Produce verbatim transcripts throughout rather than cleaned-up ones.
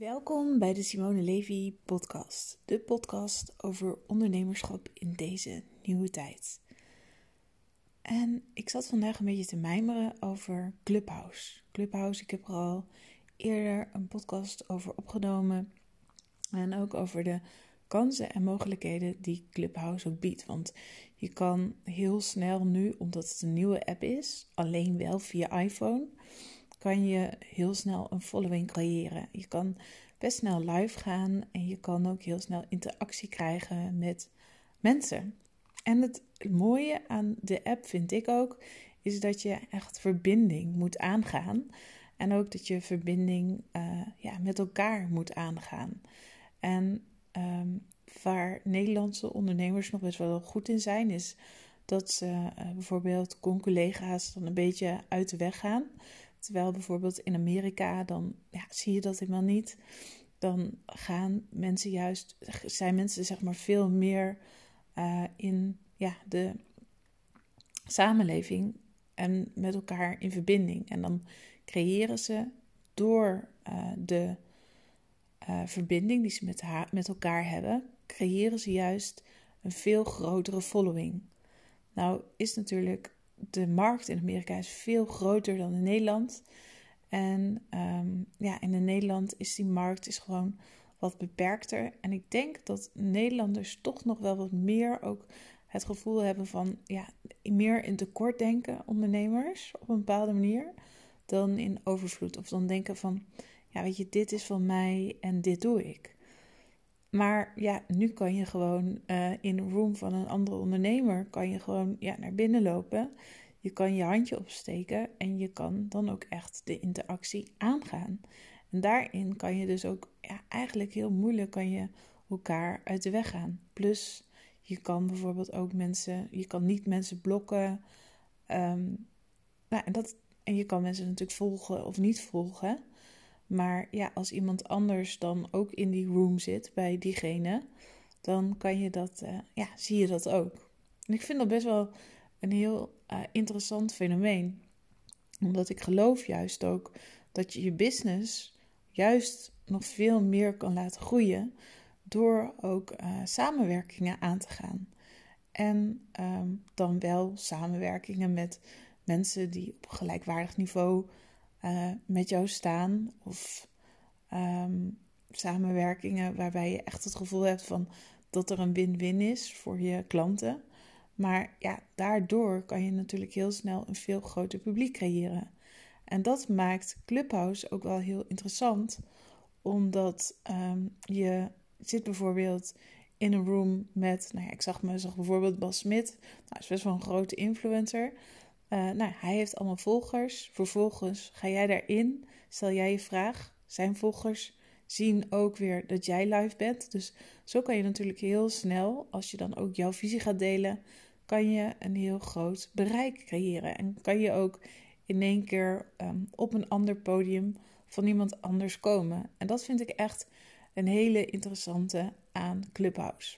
Welkom bij de Simone Levy podcast, de podcast over ondernemerschap in deze nieuwe tijd. En ik zat vandaag een beetje te mijmeren over Clubhouse. Clubhouse, ik heb er al eerder een podcast over opgenomen en ook over de kansen en mogelijkheden die Clubhouse ook biedt. Want je kan heel snel nu, omdat het een nieuwe app is, alleen wel via iPhone, kan je heel snel een following creëren. Je kan best snel live gaan en je kan ook heel snel interactie krijgen met mensen. En het mooie aan de app vind ik ook, is dat je echt verbinding moet aangaan. En ook dat je verbinding uh, ja, met elkaar moet aangaan. En um, waar Nederlandse ondernemers nog best wel goed in zijn, is dat ze uh, bijvoorbeeld con-collega's dan een beetje uit de weg gaan. Terwijl bijvoorbeeld in Amerika, dan ja, zie je dat helemaal niet. Dan gaan mensen juist, zijn mensen zeg maar veel meer uh, in ja, de samenleving en met elkaar in verbinding. En dan creëren ze door uh, de uh, verbinding die ze met, haar, met elkaar hebben, creëren ze juist een veel grotere following. Nou is natuurlijk de markt in Amerika is veel groter dan in Nederland. En um, ja, in Nederland is die markt is gewoon wat beperkter. En ik denk dat Nederlanders toch nog wel wat meer ook het gevoel hebben van ja, meer in tekort denken, ondernemers, op een bepaalde manier, dan in overvloed. Of dan denken van, ja weet je, dit is van mij en dit doe ik. Maar ja, nu kan je gewoon uh, in een room van een andere ondernemer, kan je gewoon ja, naar binnen lopen. Je kan je handje opsteken en je kan dan ook echt de interactie aangaan. En daarin kan je dus ook ja, eigenlijk heel moeilijk kan je elkaar uit de weg gaan. Plus je kan bijvoorbeeld ook mensen, je kan niet mensen blokken. Um, nou, en, dat, en je kan mensen natuurlijk volgen of niet volgen. Maar ja, als iemand anders dan ook in die room zit bij diegene, dan kan je dat, uh, ja, zie je dat ook. En ik vind dat best wel een heel uh, interessant fenomeen. Omdat ik geloof juist ook dat je je business juist nog veel meer kan laten groeien door ook uh, samenwerkingen aan te gaan. En um, dan wel samenwerkingen met mensen die op gelijkwaardig niveau uh, met jou staan. Of um, samenwerkingen waarbij je echt het gevoel hebt van dat er een win-win is voor je klanten. Maar ja, daardoor kan je natuurlijk heel snel een veel groter publiek creëren. En dat maakt Clubhouse ook wel heel interessant. Omdat um, je zit bijvoorbeeld in een room met, nou ja, ik zag me zag bijvoorbeeld Bas Smit. Nou, is best wel een grote influencer. Uh, nou, hij heeft allemaal volgers. Vervolgens ga jij daarin, stel jij je vraag. Zijn volgers zien ook weer dat jij live bent. Dus zo kan je natuurlijk heel snel, als je dan ook jouw visie gaat delen, kan je een heel groot bereik creëren. En kan je ook in één keer um, op een ander podium van iemand anders komen. En dat vind ik echt een hele interessante aan Clubhouse.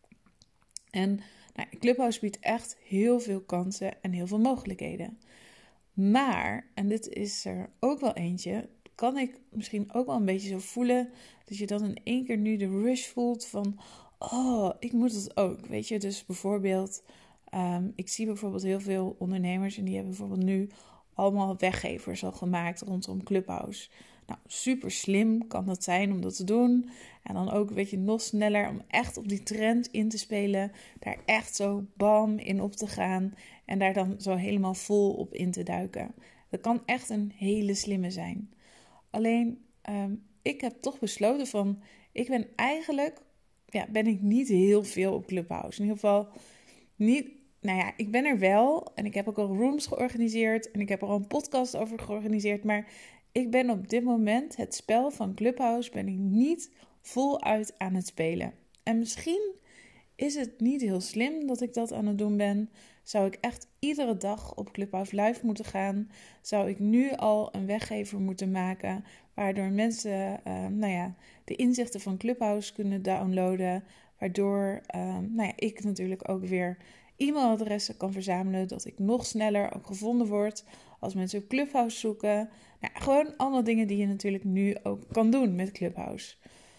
En nou, Clubhouse biedt echt heel veel kansen en heel veel mogelijkheden. Maar, en dit is er ook wel eentje, kan ik misschien ook wel een beetje zo voelen dat je dan in één keer nu de rush voelt van, oh, ik moet het ook. Weet je, dus bijvoorbeeld, um, ik zie bijvoorbeeld heel veel ondernemers en die hebben bijvoorbeeld nu allemaal weggevers al gemaakt rondom Clubhouse. Nou, super slim kan dat zijn om dat te doen. En dan ook, weet je, nog sneller om echt op die trend in te spelen. Daar echt zo bam in op te gaan. En daar dan zo helemaal vol op in te duiken. Dat kan echt een hele slimme zijn. Alleen, um, ik heb toch besloten van, ik ben eigenlijk, ja, ben ik niet heel veel op Clubhouse. In ieder geval niet, nou ja, ik ben er wel. En ik heb ook al rooms georganiseerd. En ik heb er al een podcast over georganiseerd. Maar ik ben op dit moment het spel van Clubhouse ben ik niet voluit aan het spelen. En misschien is het niet heel slim dat ik dat aan het doen ben. Zou ik echt iedere dag op Clubhouse live moeten gaan? Zou ik nu al een weggever moeten maken, waardoor mensen uh, nou ja, de inzichten van Clubhouse kunnen downloaden, waardoor uh, nou ja, ik natuurlijk ook weer e-mailadressen kan verzamelen. Dat ik nog sneller ook gevonden word als mensen op Clubhouse zoeken. Nou, gewoon allemaal dingen die je natuurlijk nu ook kan doen met Clubhouse.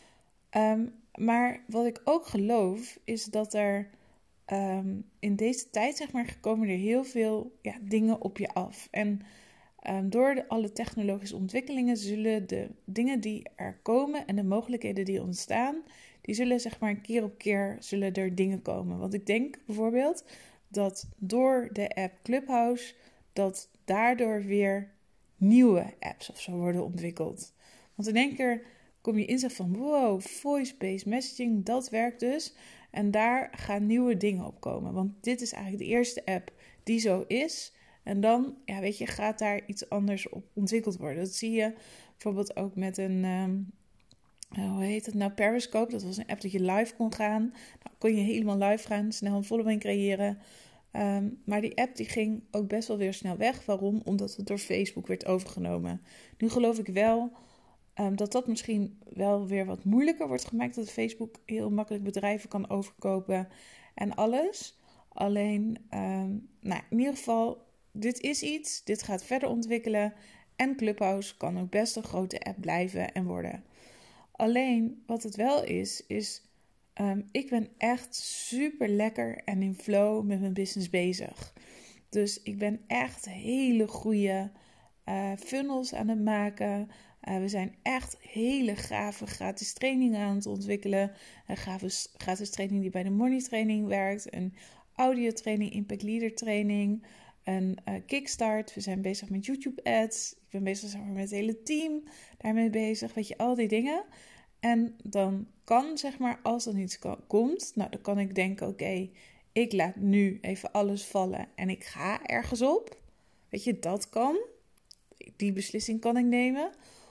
Um, maar wat ik ook geloof is dat er um, in deze tijd, zeg maar, komen er heel veel ja, dingen op je af. En um, door de, alle technologische ontwikkelingen zullen de dingen die er komen en de mogelijkheden die ontstaan, die zullen zeg maar keer op keer zullen er dingen komen. Want ik denk bijvoorbeeld dat door de app Clubhouse, dat daardoor weer nieuwe apps of zo worden ontwikkeld. Want in één keer kom je inzicht van, wow, voice-based messaging, dat werkt dus. En daar gaan nieuwe dingen op komen. Want dit is eigenlijk de eerste app die zo is. En dan, ja, weet je, gaat daar iets anders op ontwikkeld worden. Dat zie je bijvoorbeeld ook met een, um, hoe heet het nou, Periscope. Dat was een app dat je live kon gaan. Nou, kon je helemaal live gaan, snel een following creëren. Um, maar die app die ging ook best wel weer snel weg. Waarom? Omdat het door Facebook werd overgenomen. Nu geloof ik wel um, dat dat misschien wel weer wat moeilijker wordt gemaakt. Dat Facebook heel makkelijk bedrijven kan overkopen en alles. Alleen, um, nou, in ieder geval, dit is iets. Dit gaat verder ontwikkelen. En Clubhouse kan ook best een grote app blijven en worden. Alleen, wat het wel is, is Um, ik ben echt super lekker en in flow met mijn business bezig. Dus ik ben echt hele goede uh, funnels aan het maken. Uh, we zijn echt hele gave gratis trainingen aan het ontwikkelen. Een gave gratis training die bij de Money Training werkt. Een audio training, Impact Leader training. Een uh, kickstart. We zijn bezig met YouTube ads. Ik ben bezig zeg maar, met het hele team daarmee bezig. Weet je, al die dingen. En dan kan, zeg maar, als er iets komt, nou, dan kan ik denken, oké, okay, ik laat nu even alles vallen en ik ga ergens op. Weet je, dat kan. Die beslissing kan ik nemen.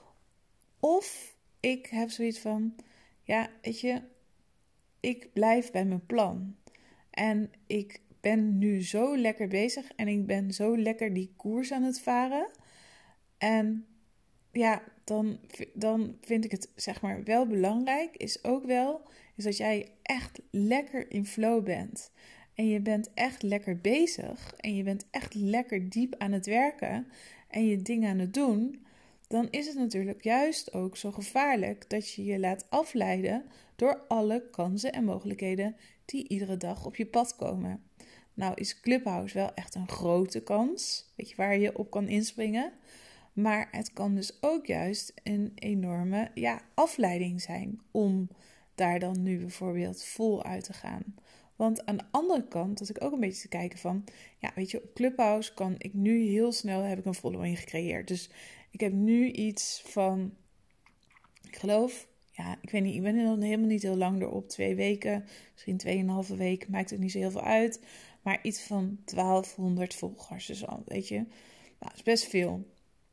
Of ik heb zoiets van, ja, weet je, ik blijf bij mijn plan. En ik ben nu zo lekker bezig en ik ben zo lekker die koers aan het varen. En ja, dan, dan vind ik het zeg maar wel belangrijk, is ook wel, is dat jij echt lekker in flow bent. En je bent echt lekker bezig en je bent echt lekker diep aan het werken en je dingen aan het doen. Dan is het natuurlijk juist ook zo gevaarlijk dat je je laat afleiden door alle kansen en mogelijkheden die iedere dag op je pad komen. Nou is Clubhouse wel echt een grote kans, weet je, waar je op kan inspringen. Maar het kan dus ook juist een enorme ja, afleiding zijn om daar dan nu bijvoorbeeld vol uit te gaan. Want aan de andere kant, dat ik ook een beetje te kijken van, ja, weet je, op Clubhouse kan ik nu heel snel, heb ik een following gecreëerd. Dus ik heb nu iets van, ik geloof, ja, ik weet niet, ik ben er nog helemaal niet heel lang erop, twee weken, misschien tweeënhalve week, maakt het niet zo heel veel uit. Maar iets van twaalfhonderd volgers, dus al, weet je, nou, dat is best veel.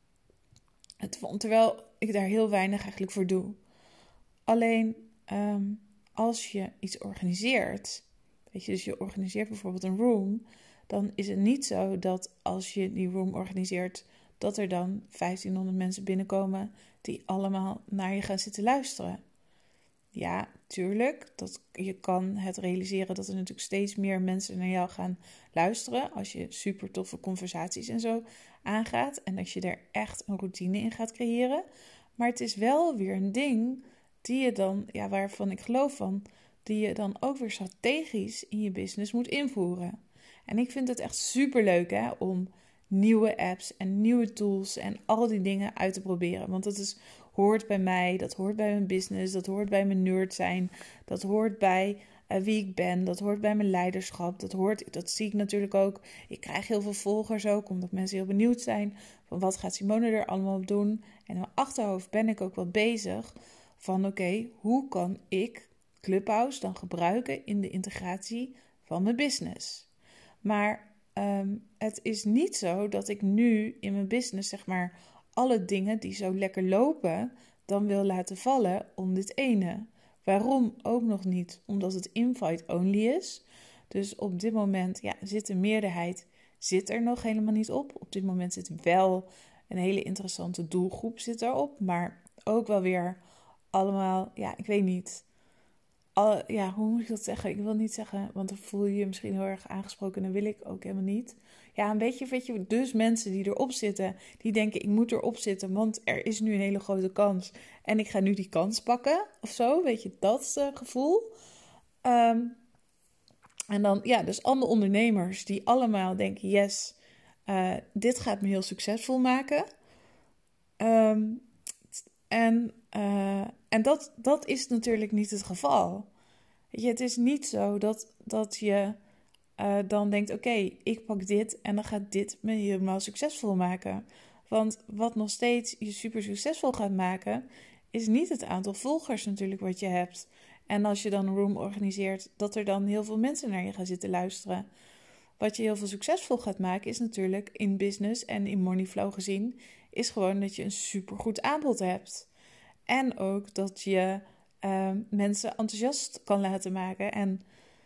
Terwijl ik daar heel weinig eigenlijk voor doe. Alleen um, als je iets organiseert, weet je, dus je organiseert bijvoorbeeld een room, dan is het niet zo dat als je die room organiseert, dat er dan vijftienhonderd mensen binnenkomen die allemaal naar je gaan zitten luisteren. Ja, tuurlijk, dat, je kan het realiseren dat er natuurlijk steeds meer mensen naar jou gaan luisteren als je super toffe conversaties en zo aangaat en als je er echt een routine in gaat creëren. Maar het is wel weer een ding die je dan, ja, waarvan ik geloof van, die je dan ook weer strategisch in je business moet invoeren. En ik vind het echt super leuk hè, om nieuwe apps en nieuwe tools en al die dingen uit te proberen. Want dat is, hoort bij mij, dat hoort bij mijn business, dat hoort bij mijn nerd zijn, dat hoort bij uh, wie ik ben, dat hoort bij mijn leiderschap, dat hoort, dat zie ik natuurlijk ook. Ik krijg heel veel volgers ook, omdat mensen heel benieuwd zijn van wat gaat Simone er allemaal op doen. En in mijn achterhoofd ben ik ook wel bezig van oké, okay, hoe kan ik Clubhouse dan gebruiken in de integratie van mijn business? Maar um, het is niet zo dat ik nu in mijn business zeg maar alle dingen die zo lekker lopen dan wil laten vallen om dit ene. Waarom ook nog niet? Omdat het invite only is. Dus op dit moment ja, zit de meerderheid zit er nog helemaal niet op. Op dit moment zit wel een hele interessante doelgroep zit erop. Maar ook wel weer allemaal, ja, ik weet niet. Al, ja, hoe moet ik dat zeggen? Ik wil niet zeggen, want dan voel je je misschien heel erg aangesproken en dat wil ik ook helemaal niet. Ja, een beetje, weet je, dus mensen die erop zitten, die denken ik moet erop zitten, want er is nu een hele grote kans en ik ga nu die kans pakken of zo, weet je, dat uh, gevoel. Um, en dan, ja, dus andere ondernemers die allemaal denken, yes, uh, dit gaat me heel succesvol maken. Um, en uh, en dat, dat is natuurlijk niet het geval. Weet je, het is niet zo dat, dat je uh, dan denkt, oké, okay, ik pak dit en dan gaat dit me helemaal succesvol maken. Want wat nog steeds je super succesvol gaat maken, is niet het aantal volgers natuurlijk wat je hebt. En als je dan een room organiseert, dat er dan heel veel mensen naar je gaan zitten luisteren. Wat je heel veel succesvol gaat maken, is natuurlijk in business en in moneyflow gezien, is gewoon dat je een supergoed aanbod hebt. En ook dat je uh, mensen enthousiast kan laten maken. En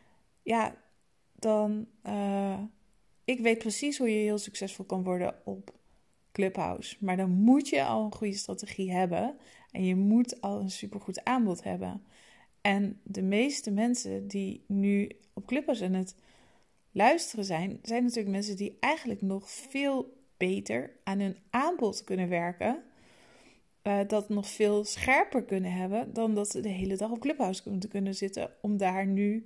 ja, dan... Uh, ik weet precies hoe je heel succesvol kan worden op Clubhouse. Maar dan moet je al een goede strategie hebben. En je moet al een supergoed aanbod hebben. En de meeste mensen die nu op Clubhouse aan het luisteren zijn, zijn natuurlijk mensen die eigenlijk nog veel beter aan hun aanbod kunnen werken. Uh, dat nog veel scherper kunnen hebben dan dat ze de hele dag op Clubhouse moeten kunnen zitten om daar nu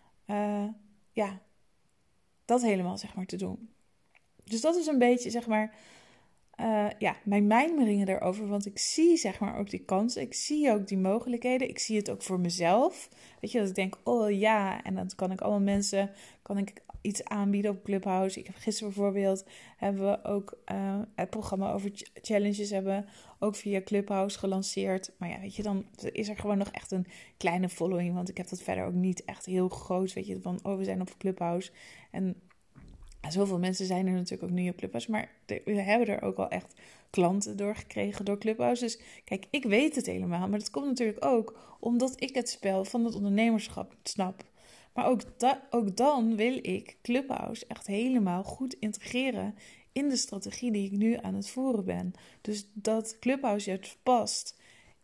uh, ja, dat helemaal zeg maar te doen. Dus dat is een beetje zeg maar uh, ja, mijn mijmeringen daarover, want ik zie zeg maar ook die kansen, ik zie ook die mogelijkheden, ik zie het ook voor mezelf. Weet je, dat ik denk, oh ja, en dan kan ik allemaal mensen, kan ik iets aanbieden op Clubhouse. Ik heb gisteren bijvoorbeeld, hebben we ook uh, het programma over challenges hebben ook via Clubhouse gelanceerd. Maar ja, weet je, dan is er gewoon nog echt een kleine following, want ik heb dat verder ook niet echt heel groot, weet je, van oh, we zijn op Clubhouse. En zoveel mensen zijn er natuurlijk ook nu op Clubhouse, maar we hebben er ook al echt klanten door gekregen door Clubhouse. Dus kijk, ik weet het helemaal, maar dat komt natuurlijk ook omdat ik het spel van het ondernemerschap snap. Maar ook, da- ook dan wil ik Clubhouse echt helemaal goed integreren in de strategie die ik nu aan het voeren ben. Dus dat Clubhouse juist past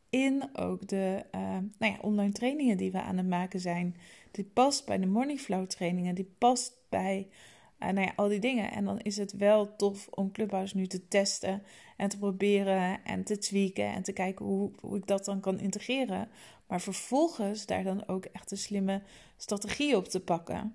in ook de uh, nou ja, online trainingen die we aan het maken zijn. Die past bij de Moneyflow trainingen, die past bij uh, nou ja, al die dingen. En dan is het wel tof om Clubhouse nu te testen en te proberen en te tweaken en te kijken hoe, hoe ik dat dan kan integreren. Maar vervolgens daar dan ook echt een slimme strategie op te pakken.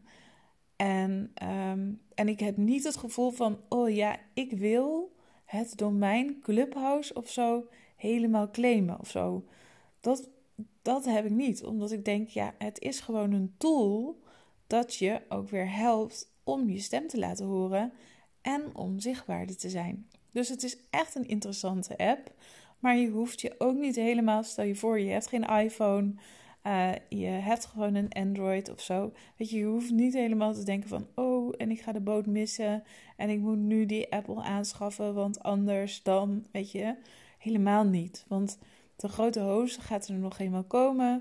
En, um, en ik heb niet het gevoel van, oh ja, ik wil het domein Clubhouse of zo helemaal claimen of zo. Dat, dat heb ik niet, omdat ik denk, ja, het is gewoon een tool dat je ook weer helpt om je stem te laten horen en om zichtbaarder te zijn. Dus het is echt een interessante app, maar je hoeft je ook niet helemaal, stel je voor, je hebt geen iPhone, uh, je hebt gewoon een Android of zo. Weet je, je hoeft niet helemaal te denken van, oh, en ik ga de boot missen en ik moet nu die Apple aanschaffen, want anders dan, weet je, helemaal niet. Want de grote host gaat er nog eenmaal komen.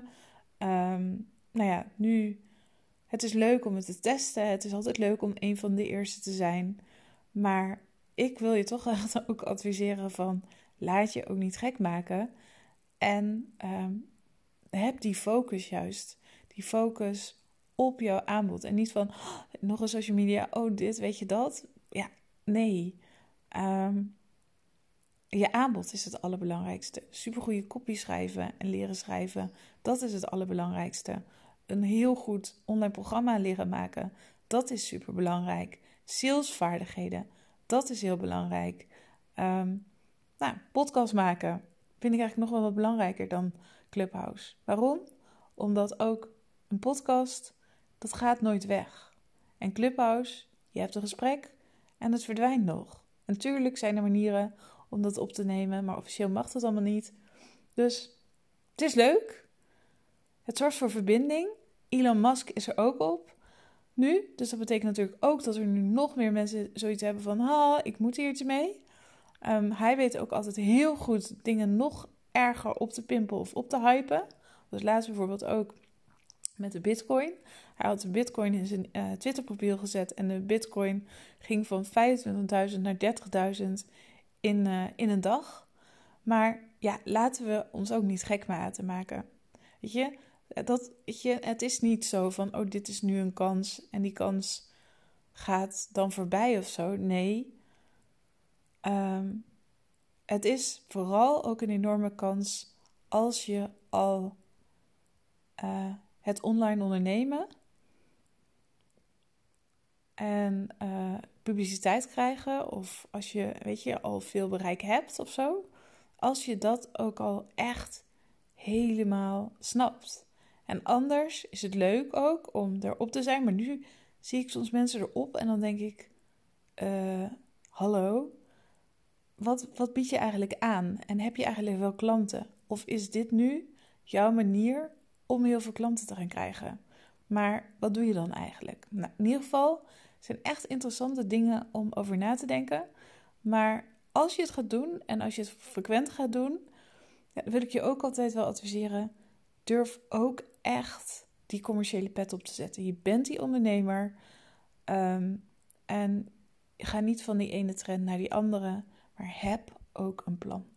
Um, nou ja, nu, het is leuk om het te testen. Het is altijd leuk om een van de eerste te zijn. Maar ik wil je toch echt ook adviseren van, laat je ook niet gek maken. En um, heb die focus juist. Die focus op jouw aanbod. En niet van, oh, nog een social media, oh dit, weet je dat? Ja, nee. Um, Je aanbod is het allerbelangrijkste. Supergoeie kopie schrijven en leren schrijven, dat is het allerbelangrijkste. Een heel goed online programma leren maken, dat is superbelangrijk. Salesvaardigheden, dat is heel belangrijk. Um, nou, podcast maken vind ik eigenlijk nog wel wat belangrijker dan Clubhouse. Waarom? Omdat ook een podcast, dat gaat nooit weg. En Clubhouse, je hebt een gesprek en het verdwijnt nog. En natuurlijk zijn er manieren om dat op te nemen, maar officieel mag dat allemaal niet. Dus het is leuk. Het zorgt voor verbinding. Elon Musk is er ook op nu. Dus dat betekent natuurlijk ook dat er nu nog meer mensen zoiets hebben van, ha, ik moet hier iets mee. Um, hij weet ook altijd heel goed dingen nog erger op te pimpen of op te hypen. Dus laatst bijvoorbeeld ook met de bitcoin. Hij had de bitcoin in zijn uh, Twitter-profiel gezet en de bitcoin ging van vijfentwintigduizend naar dertigduizend in, uh, in een dag. Maar ja, laten we ons ook niet gek laten maken. Weet je, Dat, weet je, het is niet zo van, oh, dit is nu een kans en die kans gaat dan voorbij of zo. Nee, um, het is vooral ook een enorme kans als je al uh, het online ondernemen en uh, publiciteit krijgen, of als je, weet je, al veel bereik hebt of zo, als je dat ook al echt helemaal snapt. En anders is het leuk ook om erop te zijn, maar nu zie ik soms mensen erop en dan denk ik, uh, hallo, wat, wat bied je eigenlijk aan? En heb je eigenlijk wel klanten? Of is dit nu jouw manier om heel veel klanten te gaan krijgen? Maar wat doe je dan eigenlijk? Nou, in ieder geval zijn echt interessante dingen om over na te denken. Maar als je het gaat doen en als je het frequent gaat doen, ja, dan wil ik je ook altijd wel adviseren, durf ook echt die commerciële pet op te zetten. Je bent die ondernemer um, en ga niet van die ene trend naar die andere, maar heb ook een plan.